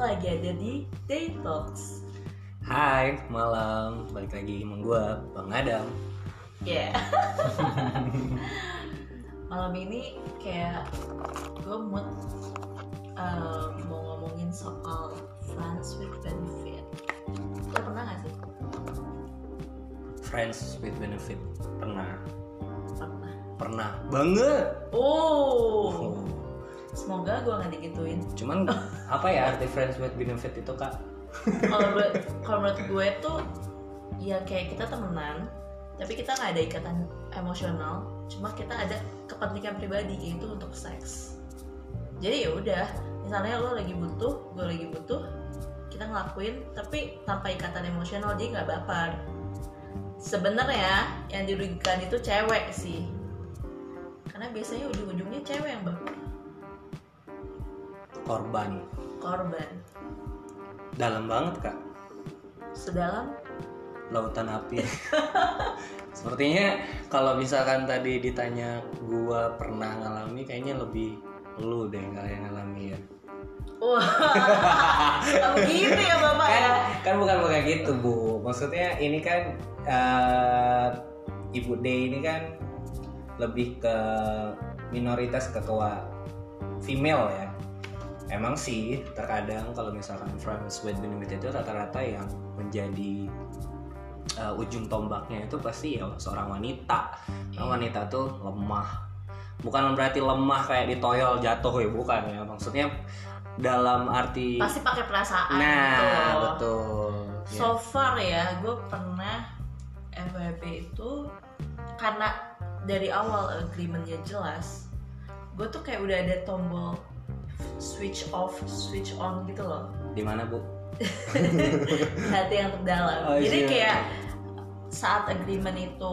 lagi ada di Day Talks. Hai, malam. Balik lagi sama gue, Bang Adam. Ya. Malam ini kayak gue mood mau ngomongin soal friends with benefit. Lo pernah gak sih? Friends with benefit. Pernah banget. Oh. Semoga gue gak digituin. Cuman apa ya arti friends with benefit itu, Kak? Kalau menurut gue tuh ya kayak kita temenan, tapi kita nggak ada ikatan emosional, cuma kita ada kepentingan pribadi, yaitu untuk seks. Jadi ya udah, misalnya lo lagi butuh, gue lagi butuh, kita ngelakuin tapi tanpa ikatan emosional, jadi nggak baper. Sebenarnya yang dirugikan itu cewek sih, karena biasanya ujung-ujungnya cewek yang baper. Korban. Dalam banget, Kak. Sedalam lautan api. Sepertinya kalau misalkan tadi ditanya gua pernah ngalami, kayaknya lebih lu deh yang ngalami ya. Wah, gitu ya Bapak ya? Kan bukan gitu, Bu. Maksudnya ini kan Ibu D ini kan lebih ke minoritas ketua female ya. Emang sih terkadang kalau misalkan friends with benefit itu rata-rata yang menjadi ujung tombaknya itu pasti ya seorang wanita. Wanita tuh lemah. Bukan berarti lemah kayak ditoyol jatuh ya, bukan ya. Maksudnya dalam arti pasti pakai perasaan. Nah, gitu. betul. So far ya, gue pernah FWB itu karena dari awal agreementnya jelas, gue tuh kayak udah ada tombol switch off, switch on gitu loh. Di mana, Bu? Hati yang terdalam. Jadi kayak saat agreement itu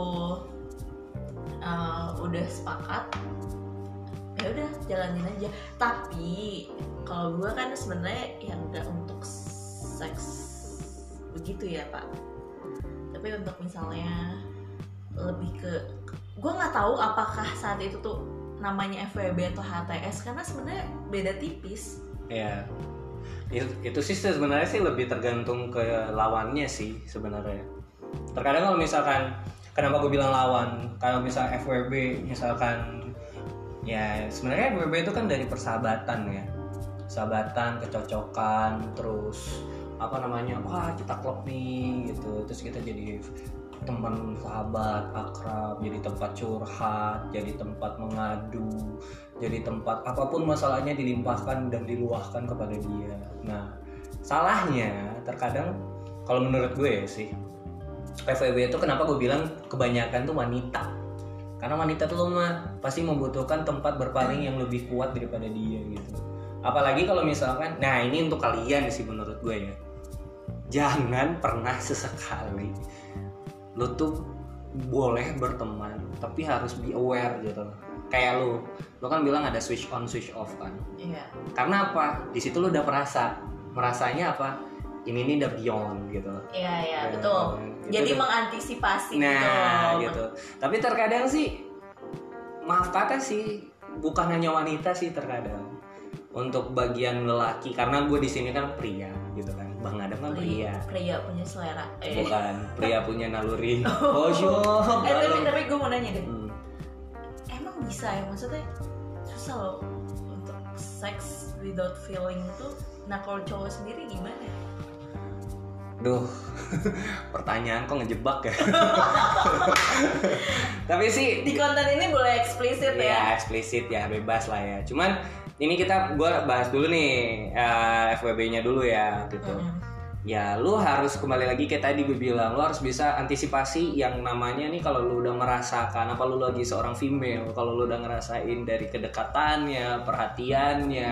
udah sepakat, ya udah jalanin aja. Tapi kalau gue kan sebenarnya yang nggak untuk seks begitu ya Pak. Tapi untuk misalnya lebih ke, gue nggak tahu apakah saat itu tuh namanya FWB atau HTS, karena sebenarnya beda tipis. Ya, itu sih sebenarnya sih lebih tergantung ke lawannya sih sebenarnya. Terkadang kalau misalkan, kenapa gue bilang lawan, kalau misal FWB misalkan, ya sebenarnya FWB itu kan dari persahabatan ya, sahabatan, kecocokan, terus apa namanya, wah kita klop nih gitu, terus kita jadi teman, sahabat, akrab, jadi tempat curhat, jadi tempat mengadu, jadi tempat apapun masalahnya dilimpahkan dan diluahkan kepada dia. Nah, salahnya terkadang kalau menurut gue ya sih, FWB itu kenapa gue bilang kebanyakan tuh wanita. Karena wanita tuh lemah, pasti membutuhkan tempat berpaling yang lebih kuat daripada dia gitu. Apalagi kalau misalkan, nah ini untuk kalian sih menurut gue ya, jangan pernah sesekali lu tuh boleh berteman tapi harus be aware gitu. Kayak lu kan bilang ada switch on switch off kan. Iya. Karena apa? Di situ lu udah merasanya apa? Ini udah beyond gitu. Iya, betul. Jadi mengantisipasi gitu. Tapi terkadang sih, maaf kata sih, bukan hanya wanita sih terkadang. Untuk bagian lelaki, karena gue di sini kan pria gitu kan, Bang Adam kan pria punya selera. Bukan, pria punya naluri. Tapi gue mau nanya deh, emang bisa ya, maksudnya susah loh untuk seks without feeling itu. Nah kalau cowok sendiri gimana? Duh, pertanyaan kok ngejebak ya. Tapi sih di konten ini boleh eksplisit ya? Iya, eksplisit ya, bebas lah ya. Cuman ini gue bahas dulu nih FWB-nya dulu ya gitu. Ya lu harus kembali lagi kayak tadi gue bilang, lu harus bisa antisipasi yang namanya nih, kalau lu udah merasakan apa lu lagi seorang female, kalau lu udah ngerasain dari kedekatannya, perhatiannya,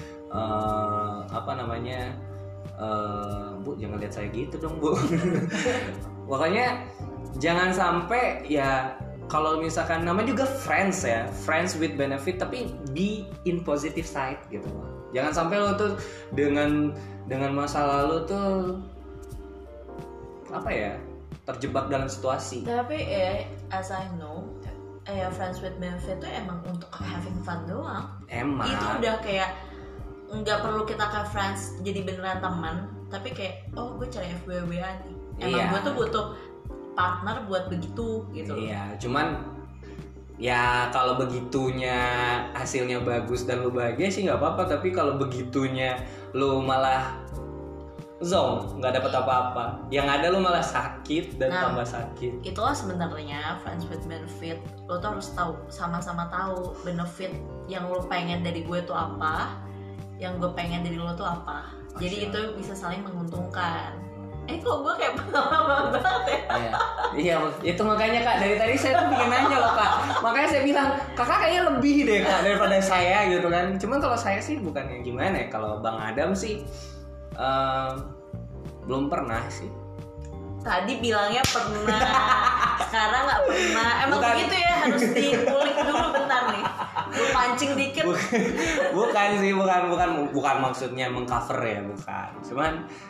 Bu jangan lihat saya gitu dong, Bu. Pokoknya jangan sampai ya, kalau misalkan namanya juga friends ya, friends with benefit, tapi be in positive side gitu. Jangan sampai lo tuh dengan masa lalu tuh apa ya, terjebak dalam situasi. Tapi as I know, friends with benefit itu emang untuk having fun doang. Emang. Itu udah kayak nggak perlu kita ke friends jadi beneran teman, tapi kayak oh gue cari FWB-an nih, emang gue tuh butuh partner buat begitu gitu. Iya, cuman ya kalau begitunya hasilnya bagus dan lu bahagia sih nggak apa-apa, tapi kalau begitunya lu malah zong, nggak dapet apa-apa, yang ada lu malah sakit dan tambah sakit. Itulah sebenarnya friends with benefit. Lo tuh harus tahu, sama-sama tahu benefit yang lo pengen dari gue tuh apa, yang gue pengen dari lo tuh apa. Jadi itu bisa saling menguntungkan. Kok gue kayak pengalaman banget ya? Iya, itu makanya Kak, dari tadi saya tuh bikin nanya loh Kak. Makanya saya bilang, Kakak kayaknya lebih deh Kak daripada saya gitu kan. Cuman kalau saya sih bukannya gimana ya, kalau Bang Adam sih belum pernah sih. Tadi bilangnya pernah, sekarang nggak pernah. Emang begitu ya, harus dikulik dulu bentar nih. Gue pancing dikit. Bukan sih, bukan maksudnya mengcover ya, bukan. Cuman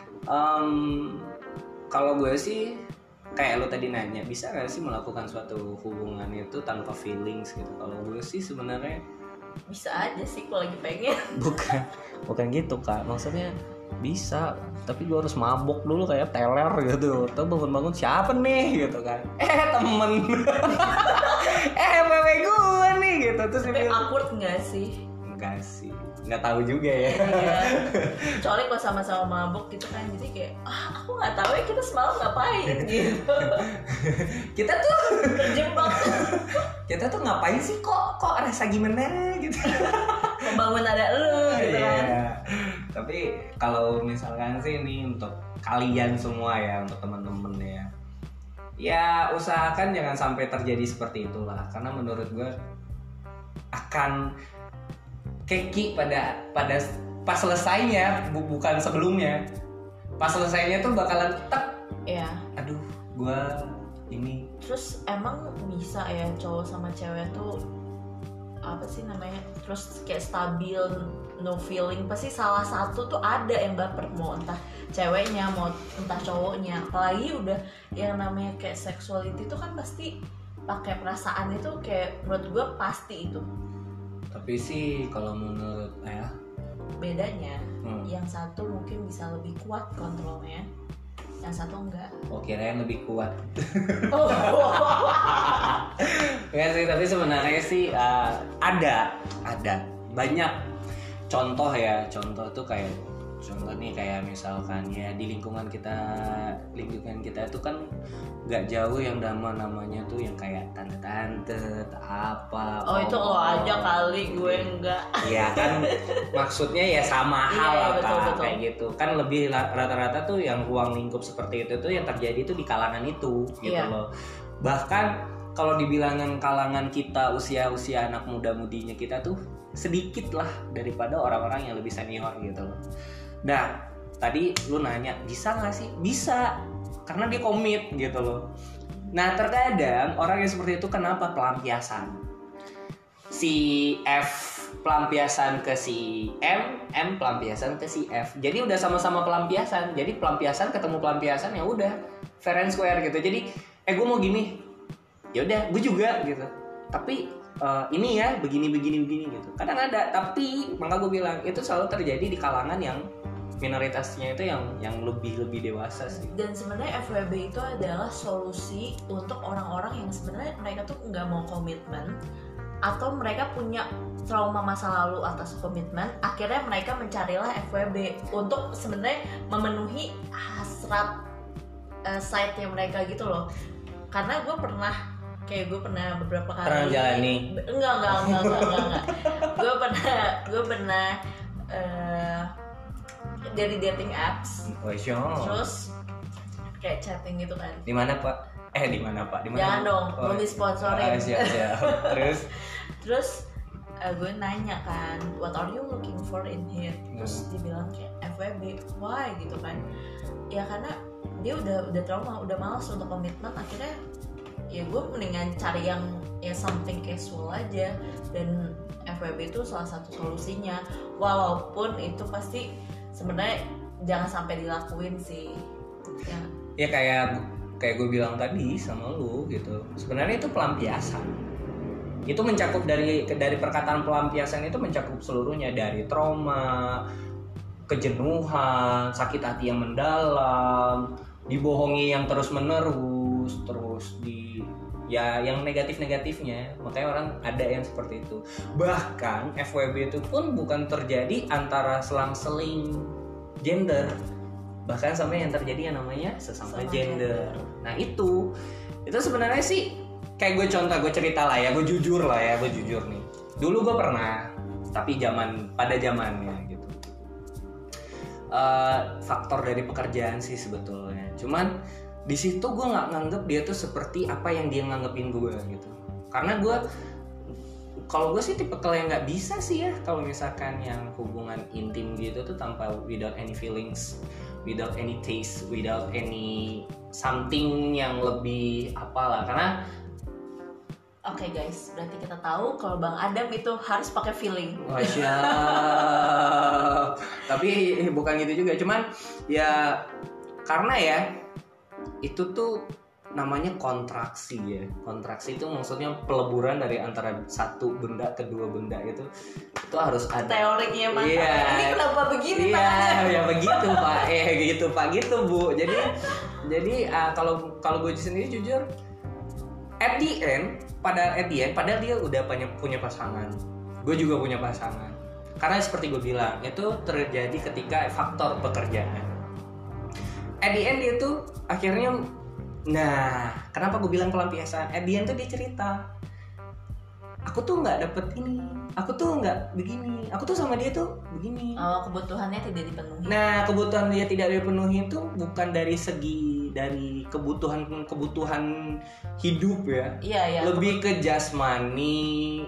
kalau gue sih kayak lo tadi nanya, bisa nggak sih melakukan suatu hubungan itu tanpa feelings gitu? Kalau gue sih sebenarnya bisa aja sih kalau lagi pengen. Bukan gitu Kak, maksudnya bisa, tapi gue harus mabok dulu kayak teler gitu. Tuh bangun-bangun siapa nih gitu kan? Temen. Wewe gue nih gitu. Terus tapi awkward nggak sih? Enggak sih, nggak tahu juga ya. Iya. Soalnya kalau sama-sama mabuk gitu kan, jadi kayak aku nggak tahu ya kita semalam ngapain gitu. Kita tuh terjebak. Kita tuh ngapain sih, kok rasa gimana gitu. Membangun ada lu gitu kan. Tapi kalau misalkan sih ini untuk kalian semua ya, untuk teman-teman ya usahakan jangan sampai terjadi seperti itulah, karena menurut gue akan keki pada pas selesainya, bukan sebelumnya. Pas selesainya tuh bakalan tek. Iya. Aduh, gue ini. Terus emang bisa ya cowok sama cewek tuh apa sih namanya, terus kayak stabil, no feeling, pasti salah satu tuh ada yang baper, mau entah ceweknya mau entah cowoknya. Apalagi udah yang namanya kayak sexuality itu kan pasti pakai perasaan, itu kayak menurut gue pasti itu. Tapi sih kalau menurut bedanya yang satu mungkin bisa lebih kuat kontrolnya, yang satu enggak. Kirain lebih kuat. Oh. Enggak sih, tapi sebenarnya sih ada banyak contoh ya. Contoh tuh kayak misalkan ya di lingkungan kita itu kan nggak jauh yang namanya tuh yang kayak tante-tante apa. Oh itu lo aja kali, gue enggak. Iya kan, maksudnya ya sama hal lah betul. Kayak gitu kan, lebih rata-rata tuh yang ruang lingkup seperti itu tuh yang terjadi tuh di kalangan itu gitu loh. Bahkan kalau dibilangin kalangan kita, usia anak muda-mudinya kita tuh sedikit lah daripada orang-orang yang lebih senior gitu loh. Nah, tadi lu nanya bisa nggak sih? Bisa, karena dia komit gitu loh. Nah, terkadang orang yang seperti itu kenapa pelampiasan? Si F pelampiasan ke si M pelampiasan ke si F. Jadi udah sama-sama pelampiasan. Jadi pelampiasan ketemu pelampiasan, ya udah fair and square gitu. Jadi gue mau gini, ya udah gue juga gitu. Tapi ini ya begini gitu. Kadang ada, tapi maka gue bilang itu selalu terjadi di kalangan yang minoritasnya itu yang lebih dewasa sih. Dan sebenarnya FWB itu adalah solusi untuk orang-orang yang sebenarnya mereka tuh nggak mau komitmen, atau mereka punya trauma masa lalu atas komitmen. Akhirnya mereka mencarilah FWB untuk sebenarnya memenuhi hasrat side-nya mereka gitu loh. Karena gue pernah beberapa kali pernah jalani. Enggak. Gue pernah dari dating apps. Terus kayak chatting gitu kan. Di mana Pak? Jangan dong, belum disponsorin. Siap. Terus gue nanya kan, what are you looking for in here? Terus dibilang kayak FWB, why gitu kan? Ya karena dia udah trauma, udah malas untuk komitmen. Akhirnya ya gue mendingan cari yang ya something casual aja, dan FWB itu salah satu solusinya. Walaupun itu pasti sebenarnya jangan sampai dilakuin sih. Ya kayak gue bilang tadi sama lu gitu. Sebenarnya itu pelampiasan. Itu mencakup dari perkataan pelampiasan itu mencakup seluruhnya, dari trauma, kejenuhan, sakit hati yang mendalam, dibohongi yang terus-menerus, terus ya yang negatif-negatifnya. Makanya orang ada yang seperti itu. Bahkan FWB itu pun bukan terjadi antara selang-seling gender, bahkan sampai yang terjadi yang namanya sesama gender. Nah itu sebenarnya sih kayak gue cerita lah ya, gue jujur nih. Dulu gue pernah, tapi pada zamannya gitu. Faktor dari pekerjaan sih sebetulnya. Cuman di situ gue nggak nganggep dia tuh seperti apa yang dia nganggepin gue gitu. Karena kalau gue sih tipikal yang nggak bisa sih ya kalau misalkan yang hubungan intim gitu tuh tanpa without any feelings, without any taste, without any something yang lebih apalah. Karena Oke guys, berarti kita tahu kalau Bang Adam itu harus pakai feeling. Oh siap. Tapi bukan gitu juga, cuman ya karena ya itu tuh namanya kontraksi ya. Kontraksi itu maksudnya peleburan dari antara satu benda ke dua benda itu harus ada. Teoriknya mantap. Iya. Ini kenapa begini Iya, tangannya? ya begitu Pak. Gitu Pak, gitu Bu. Jadi kalau gue sendiri jujur, at the end padahal dia udah punya pasangan. Gue juga punya pasangan. Karena seperti gue bilang, itu terjadi ketika faktor pekerjaan. At the end dia tuh akhirnya, nah kenapa gue bilang pelampiasan? At the end tuh dia cerita, aku tuh nggak dapet ini, aku tuh nggak begini, aku tuh sama dia tuh begini. Oh, kebutuhannya tidak dipenuhi. Nah kebutuhan dia tidak dipenuhi itu bukan dari segi dari kebutuhan hidup ya. Iya. Lebih ke jasmani,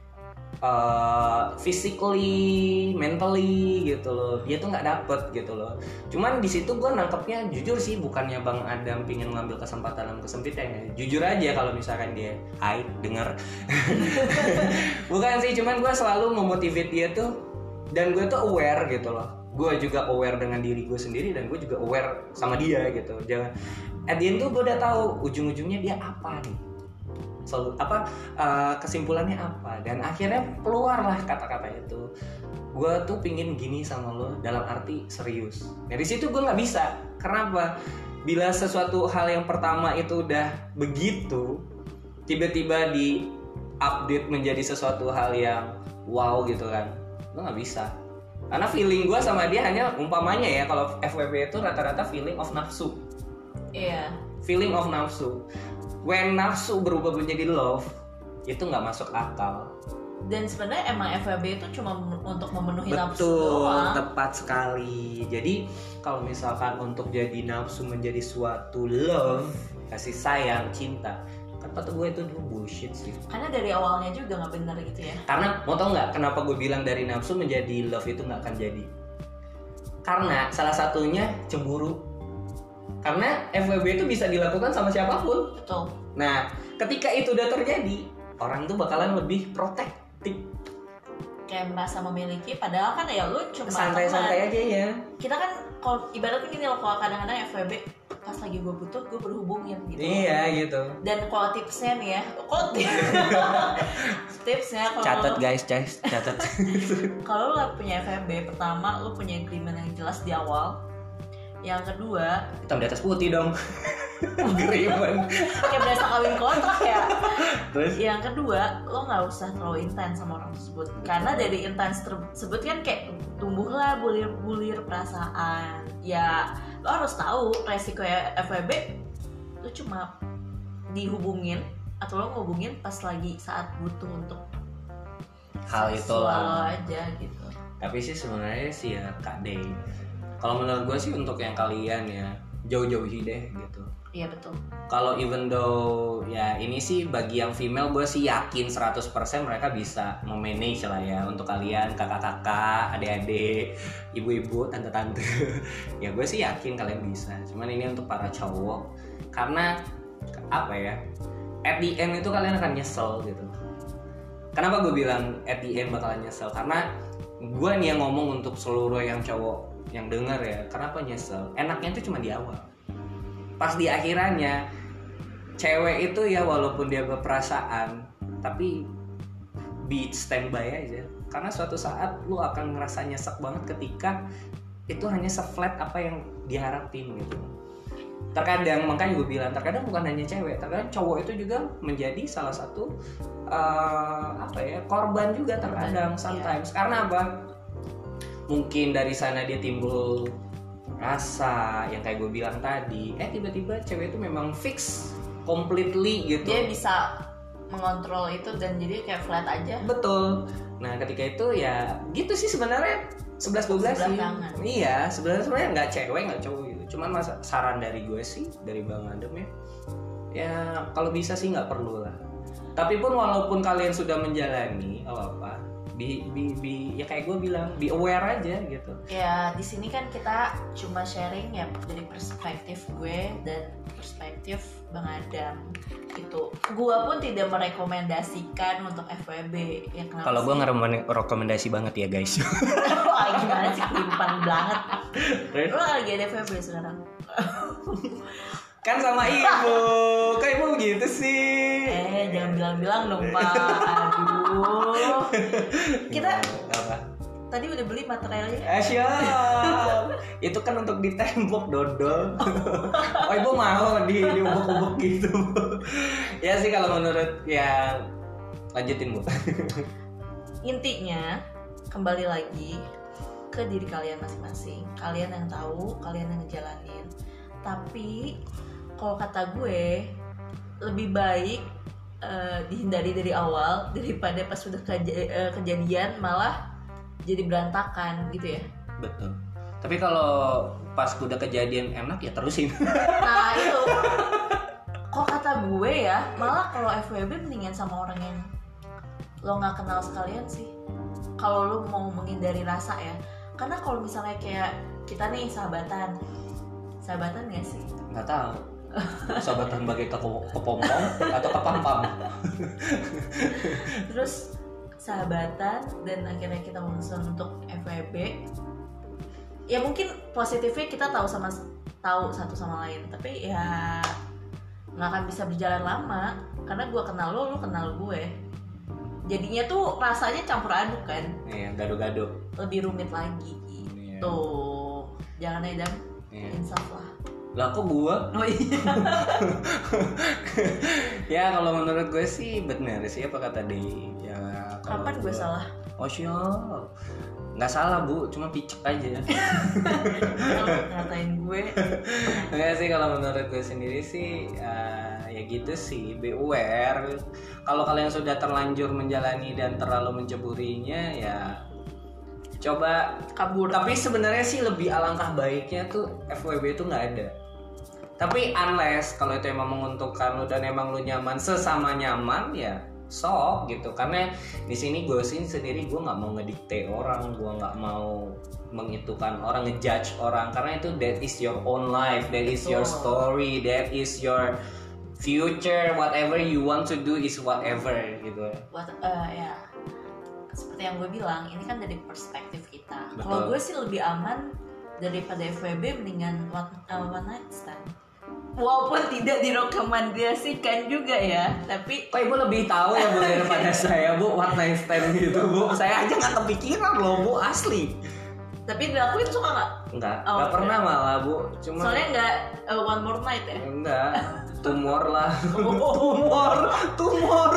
physically, mentally gitu loh. Dia tuh nggak dapet gitu loh. Cuman di situ gue nangkepnya jujur sih, bukannya Bang Adam pingin ngambil kesempatan dalam kesempitan ya. Jujur aja kalau misalkan dia, hai denger. Bukan sih, cuman gue selalu memotivate dia tuh, dan gue tuh aware gitu loh. Gue juga aware dengan diri gue sendiri dan gue juga aware sama dia gitu. Jangan at the end tuh gue udah tahu ujung-ujungnya dia apa nih. Kesimpulannya apa, dan akhirnya keluarlah kata-kata itu, gue tuh pingin gini sama lo dalam arti serius. Dari situ gue nggak bisa. Kenapa? Bila sesuatu hal yang pertama itu udah begitu, tiba-tiba di update menjadi sesuatu hal yang wow gitu kan, lo nggak bisa. Karena feeling gue sama dia hanya umpamanya ya, kalau FWB itu rata-rata feeling of nafsu. Iya. Feeling of nafsu. When nafsu berubah menjadi love, itu nggak masuk akal. Dan sebenarnya emang FWB itu cuma untuk memenuhi nafsu Betul, doang. tepat sekali. Jadi kalau misalkan untuk jadi nafsu menjadi suatu love, kasih sayang, cinta, kan kata gue itu bullshit sih. Karena dari awalnya juga nggak benar gitu ya. Karena mau tau nggak kenapa gue bilang dari nafsu menjadi love itu nggak akan jadi? Karena salah satunya cemburu. Karena FWB itu bisa dilakukan sama siapapun. Betul. Nah, ketika itu udah terjadi, orang tuh bakalan lebih protektif. Kayak merasa memiliki, padahal kan ya lu cuma Santai-santai aja ya. Kita kan kalau ibaratnya gini loh, kalau kadang-kadang FWB pas lagi gue butuh, gue berhubungin gitu. Iya gitu. Dan kalau tipsnya nih ya, tipsnya kalau Catat guys, catat. kalau lu punya FWB, pertama lu punya agreement yang jelas di awal. Yang kedua, Hitam di atas putih dong. Agreement. kayak berasa kawin kontrak ya. Terus? Yang kedua, lo nggak usah terlalu intens sama orang tersebut, karena dari intens tersebut kan kayak tumbuhlah bulir-bulir perasaan. Ya lo harus tahu resiko ya FWB, lo cuma dihubungin atau lo ngehubungin pas lagi saat butuh untuk Hal itulah. aja gitu. Tapi sih sebenarnya sih ya Kak Dey, kalau menurut gue sih untuk yang kalian ya jauh-jauhi deh gitu. Iya betul. Kalau even though ya ini sih bagi yang female gue sih yakin 100% mereka bisa memanage lah ya. Untuk kalian kakak-kakak, adik-adik, ibu-ibu, tante-tante ya gue sih yakin kalian bisa. Cuman ini untuk para cowok, karena apa ya, at the end itu kalian akan nyesel gitu. Kenapa gue bilang at the end bakalan nyesel? Karena gue nih yang ngomong untuk seluruh yang cowok yang denger ya, kenapa nyesel? Enaknya itu cuma di awal. Pas di akhirannya, cewek itu ya walaupun dia berperasaan, tapi be standby aja, karena suatu saat lu akan ngerasa nyesek banget ketika itu hanya se-flat apa yang diharapin gitu. Terkadang, makanya gue bilang, terkadang bukan hanya cewek, terkadang cowok itu juga menjadi salah satu korban juga terkadang sometimes. Karena apa? Mungkin dari sana dia timbul rasa yang kayak gue bilang tadi, tiba-tiba cewek itu memang fix completely gitu. Dia bisa mengontrol itu dan jadi kayak flat aja. Betul. Nah ketika itu ya gitu sih sebenarnya 11-12 sih. Iya, sebenarnya nggak cewek nggak cowok gitu. Cuman saran dari gue sih, dari Bang Adem ya kalau bisa sih nggak perlu lah. Tapi pun walaupun kalian sudah menjalani apa ya kayak gue bilang, be aware aja gitu. Ya di sini kan kita cuma sharing ya dari perspektif gue dan perspektif Bang Adam gitu. Gue pun tidak merekomendasikan untuk FWB ya. Kalau gue ngerekomendasi banget ya guys. Wah gimana sih, kelimpan banget. Lo lagi ada FWB sekarang? Kan sama ibu, kok ibu gitu sih? Jangan bilang-bilang dong Pak. Aduh. Kita apa? Tadi udah beli materialnya. Siap. Itu kan untuk di tembok dodol. Oh ibu mau di ubek-ubek gitu. Ya sih kalau menurut ya, lanjutin Bu. Intinya kembali lagi ke diri kalian masing-masing. Kalian yang tahu, kalian yang ngejalanin. Tapi kalau kata gue lebih baik dihindari dari awal daripada pas sudah kejadian malah jadi berantakan gitu ya. Betul. Tapi kalau pas udah kejadian enak ya terusin. Nah itu. Kok kata gue ya, malah kalau FWB mendingan sama orang yang lo nggak kenal sekalian sih. Kalau lo mau menghindari rasa ya. Karena kalau misalnya kayak kita nih sahabatan nggak sih? Nggak tahu. Sahabatan bagai kepompong atau kepampam. Terus sahabatan dan akhirnya kita memutuskan untuk FWB. Ya mungkin positifnya kita tahu satu sama lain, tapi ya nggak akan bisa berjalan lama karena gue kenal lo kenal gue. Jadinya tuh rasanya campur aduk kan. Iya, gaduh-gaduh. Lebih rumit lagi gitu. Iya. Jangan Adam. Iya. Insaf lah. Lah kok gua? Oh iya. Ya kalau menurut gue sih benar sih apa kata Dei. Ya, kapan gue salah? Oh siap. Nggak salah Bu, cuma picek aja. Ngatain gue. Enggak sih, kalau menurut gue sendiri sih ya gitu sih, be aware. Kalau kalian sudah terlanjur menjalani dan terlalu menceburinya ya coba kabur. Tapi sebenarnya sih lebih alangkah baiknya tuh FWB itu nggak ada. Tapi unless kalau itu emang menguntungkan lu dan emang lu nyaman sesama nyaman ya sok gitu. Karena di sini gue sendiri gue nggak mau ngedikte orang, gue nggak mau mengitukan orang, ngejudge orang, karena itu that is your own life, that is your story, that is your future, whatever you want to do is whatever gitu. Ya seperti yang gue bilang, ini kan dari perspektif kita. Kalau gue sih lebih aman daripada FWB, mendingan one night stand. Walaupun tidak direkomendasikan juga ya, tapi kok ibu lebih tahu ya Bu daripada saya Bu one night stand gitu Bu. Saya aja nggak kepikiran loh Bu, asli. Tapi dilakuin suka nggak? Nggak pernah malah Bu. Cuma soalnya nggak one more night ya? Enggak, tumor lah. Tumor.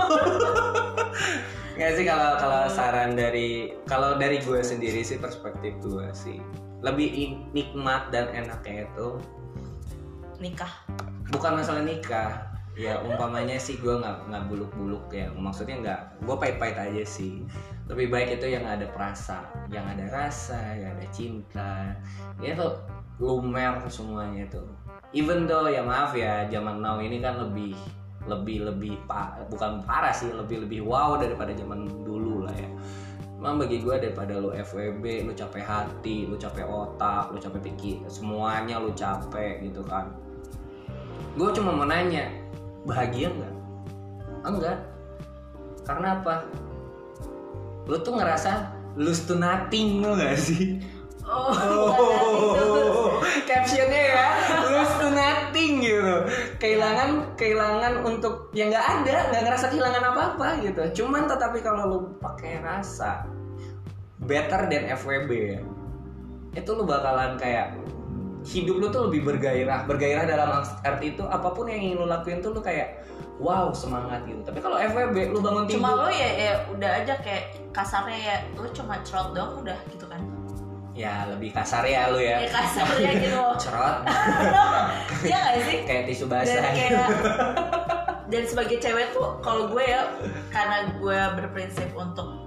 Nggak sih, kalau saran dari gue sendiri sih, perspektif gue sih lebih nikmat dan enaknya itu nikah. Bukan masalah nikah ya, umpamanya sih gue nggak buluk-buluk ya, maksudnya nggak, gue pahit-pahit aja sih. Lebih baik itu yang ada yang ada rasa, yang ada cinta, ya tuh lumer semuanya tuh. Even though ya maaf ya, zaman now ini kan lebih bukan parah sih, lebih wow daripada zaman dulu lah ya. Memang bagi gue, daripada lu FWB, lu capek hati, lu capek otak, lu capek pikir, semuanya lu capek gitu kan. Gue cuma mau nanya, bahagia nggak? Enggak. Karena apa? Lu tuh ngerasa lose to nothing, lo nggak sih? Oh. Captionnya ya, lose to nothing. nothing gitu, kehilangan untuk yang nggak ada, nggak ngerasa kehilangan apa-apa gitu. Cuman tetapi kalau lu pakai rasa better than FWB, itu lu bakalan kayak hidup lu tuh lebih bergairah dalam arti itu apapun yang ingin lu lakuin tuh lu kayak wow semangat gitu. Tapi kalau FWB lu bangun tidur cuma lu ya udah aja kayak kasarnya ya lu cuma cerot doang udah gitu kan. Ya lebih kasar ya lu ya. Ya kasar ya gitu. Cerot. Iya gak sih? Kayak tisu basah. Dan sebagai cewek tuh kalau gue ya karena gue berprinsip untuk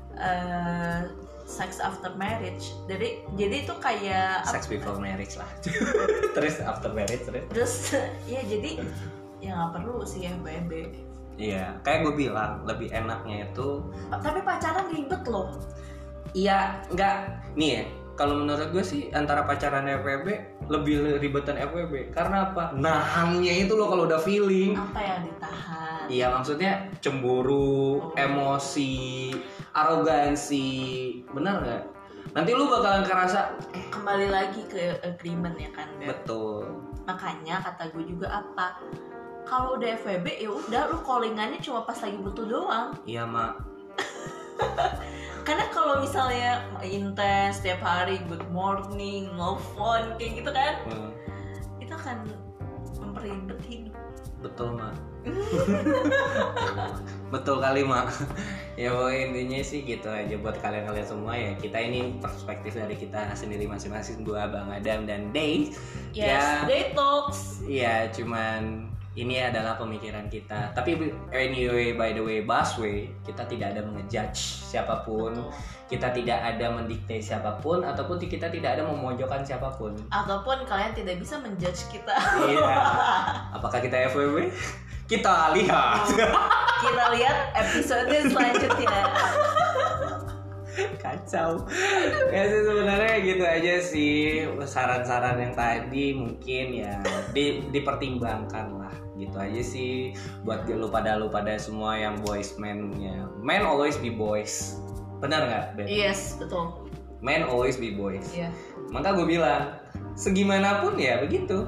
sex after marriage. Jadi itu kayak sex before marriage lah. Terus after marriage terus ya jadi ya nggak perlu sih FWB. Iya, kayak gue bilang lebih enaknya itu. Tapi pacaran ribet loh. Iya, enggak. Nih ya, kalau menurut gue sih antara pacaran dan FWB lebih ribetan FWB. Karena apa? Nahannya itu loh kalau udah feeling. Apa yang ditahan? Iya, maksudnya cemburu, emosi, arogansi. Benar nggak? Nanti lu bakalan kerasa kembali lagi ke agreement ya kan, Beb? Betul. Makanya kata gue juga apa? Kalau udah FWB ya udah lu callingannya cuma pas lagi butuh doang. Iya, Mak. Karena kalau misalnya intens setiap hari good morning, love phone kayak gitu kan, itu akan memperibet hidup. Betul, Mak. Betul kali, Mak. Ya pokoknya intinya sih gitu aja buat kalian semua ya. Kita ini perspektif dari kita sendiri masing-masing, gua, Bang Adam dan Day. Yes, ya, Day Talks. Iya, cuman ini adalah pemikiran kita. Tapi anyway, by the way, busway, kita tidak ada mengejudge siapapun. Kita tidak ada mendikte siapapun, ataupun kita tidak ada memojokkan siapapun. Ataupun kalian tidak bisa menjudge kita. Iya. Apakah kita FWB? Kita lihat. Kita lihat episode selanjutnya. Kacau. Ya sih sebenarnya gitu aja sih, saran-saran yang tadi mungkin ya dipertimbangkan lah, gitu aja sih buat lu pada semua yang boys man-nya. Man always be boys. Benar nggak, Ben? Yes, betul. Man always be boys. Iya. Maka gue bilang segimanapun ya begitu.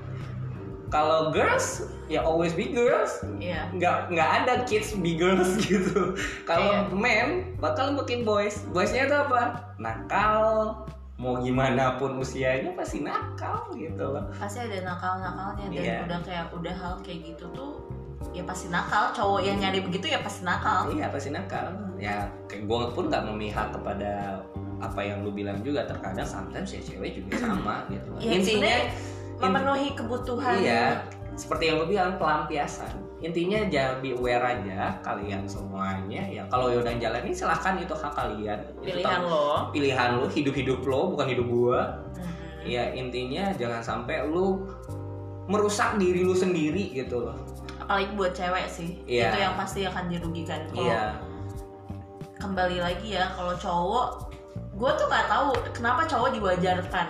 Kalau girls ya always be girls. Iya. Nggak ada kids be girls gitu. Kalau men bakal bikin boys. Boysnya itu apa? Nakal. Mau gimana pun usianya pasti nakal gitu loh. Pasti ada nakal-nakalnya dan Iya. udah hal kayak gitu tuh ya pasti nakal. Cowok yang nyari begitu ya pasti nakal. Iya pasti nakal. Ya kayak gue pun nggak memihak kepada apa yang lu bilang juga. Terkadang sometimes ya cewek juga sama gitu. Ya, intinya memenuhi kebutuhan. Iya, seperti yang gue bilang, pelampiasan. Intinya jangan be aware aja kalian semuanya ya. Kalau udah jalanin silahkan, itu hak kalian. Pilihan lo, hidup lo bukan hidup gua. Ya intinya jangan sampai lu merusak diri lu sendiri gitu loh. Apalagi buat cewek sih. Iya. Itu yang pasti akan dirugikan. Iya. Kembali lagi ya, kalau cowok, gue tuh nggak tahu kenapa cowok diwajarkan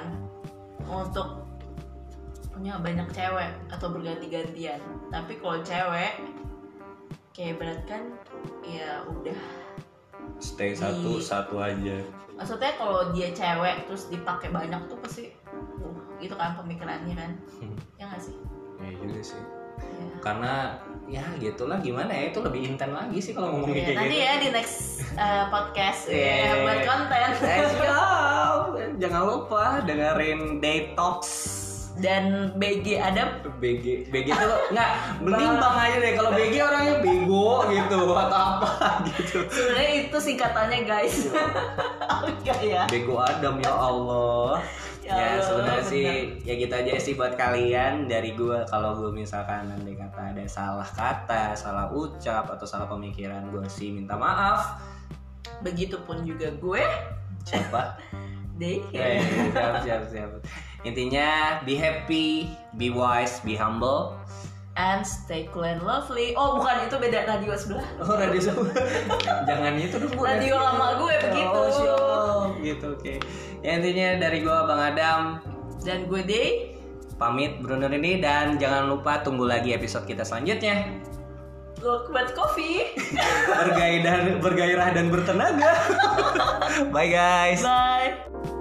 untuk punya banyak cewek atau berganti-gantian. Tapi kalau cewek kayak berat kan ya udah stay satu aja. Maksudnya kalau dia cewek terus dipakai banyak tuh pasti gitu kan pemikirannya kan. Ya nggak sih? Ya juga sih. Ya. Karena ya gitulah, gimana ya, itu lebih intens lagi sih kalau ngomongin kayak nanti gitu. ya di next podcast buat konten. Let's go. Jangan lupa dengerin Day Talks dan BG Adam. BG itu nggak, mending Bang aja deh. Kalau BG orangnya bego gitu atau apa gitu. Sebenarnya itu singkatannya guys. Enggak ya. Bego Adam, ya Allah. Ya sebenarnya sih ya gitu aja sih buat kalian dari gue. Kalau gue misalkan nanti kata ada salah kata, salah ucap atau salah pemikiran, gue sih minta maaf. Begitupun juga gue. Siapa? Deh. Siap. Intinya be happy, be wise, be humble, and stay cool and lovely. Oh bukan, itu beda radio sebelah. Oh radio sebelah. Jangan itu dong. Radio lama gue begitu. Oh siap. Gitu oke. Ya intinya dari gue Bang Adam dan gue Day pamit berundur ini, dan jangan lupa tunggu lagi episode kita selanjutnya. Look buat coffee. Bergairah dan bertenaga. Bye guys. Bye.